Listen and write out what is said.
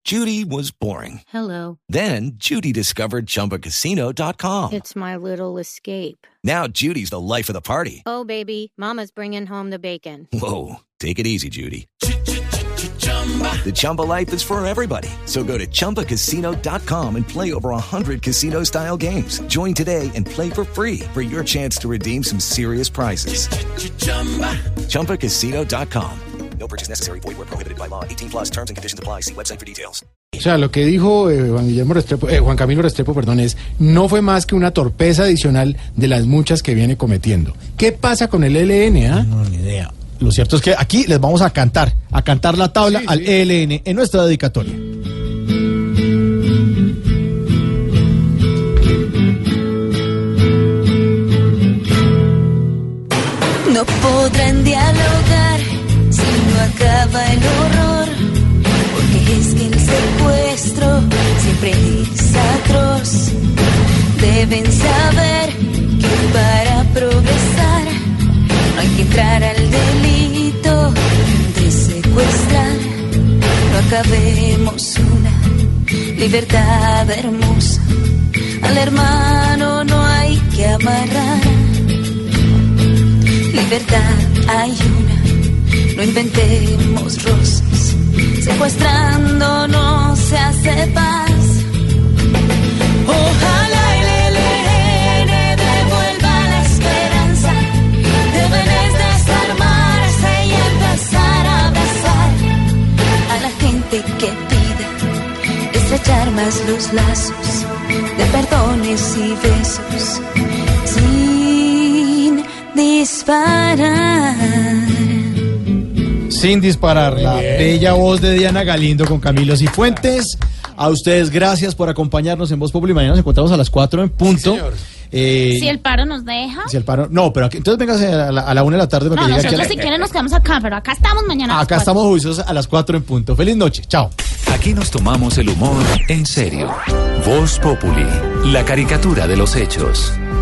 Judy was boring. Hello. Then Judy discovered ChumbaCasino.com. It's my little escape. Now Judy's the life of the party. Oh, baby, mama's bringing home the bacon. Whoa, take it easy, Judy. The Chumba life is for everybody. So go to ChumbaCasino.com and play over 100 casino-style games. Join today and play for free for your chance to redeem some serious prizes. ChumbaCasino.com. No purchase necessary. Void where prohibited by law. 18 plus terms and conditions apply. See website for details. O sea, lo que dijo Juan Camilo Restrepo, es no fue más que una torpeza adicional de las muchas que viene cometiendo. ¿Qué pasa con el ELN? No, ni idea. Lo cierto es que aquí les vamos a cantar la tabla al ELN en nuestra dedicatoria. No podrán dialogar si no acaba el horror, porque es que el secuestro siempre es atroz. Deben saber que para progresar no hay que entrar al delito de secuestrar. No acabemos una libertad hermosa, al hermano no hay que amarrar. Libertad hay una, no inventemos rosas, secuestrando no se hace paz. Ojalá el ELN devuelva la esperanza, deben desarmarse y empezar a abrazar a la gente que pida estrechar más los lazos de perdones y besos sin disparar. Sin disparar, la bella voz de Diana Galindo con Camilo Cifuentes. A ustedes, gracias por acompañarnos en Voz Populi. Mañana nos encontramos a las 4 en punto. Si el paro nos deja. Si el paro, no, pero aquí, entonces véngase a la 1 de la tarde. No, nosotros si quieren nos quedamos acá, pero acá estamos mañana. Acá estamos juiciosos a las 4 en punto. Feliz noche, chao. Aquí nos tomamos el humor en serio. Voz Populi, la caricatura de los hechos.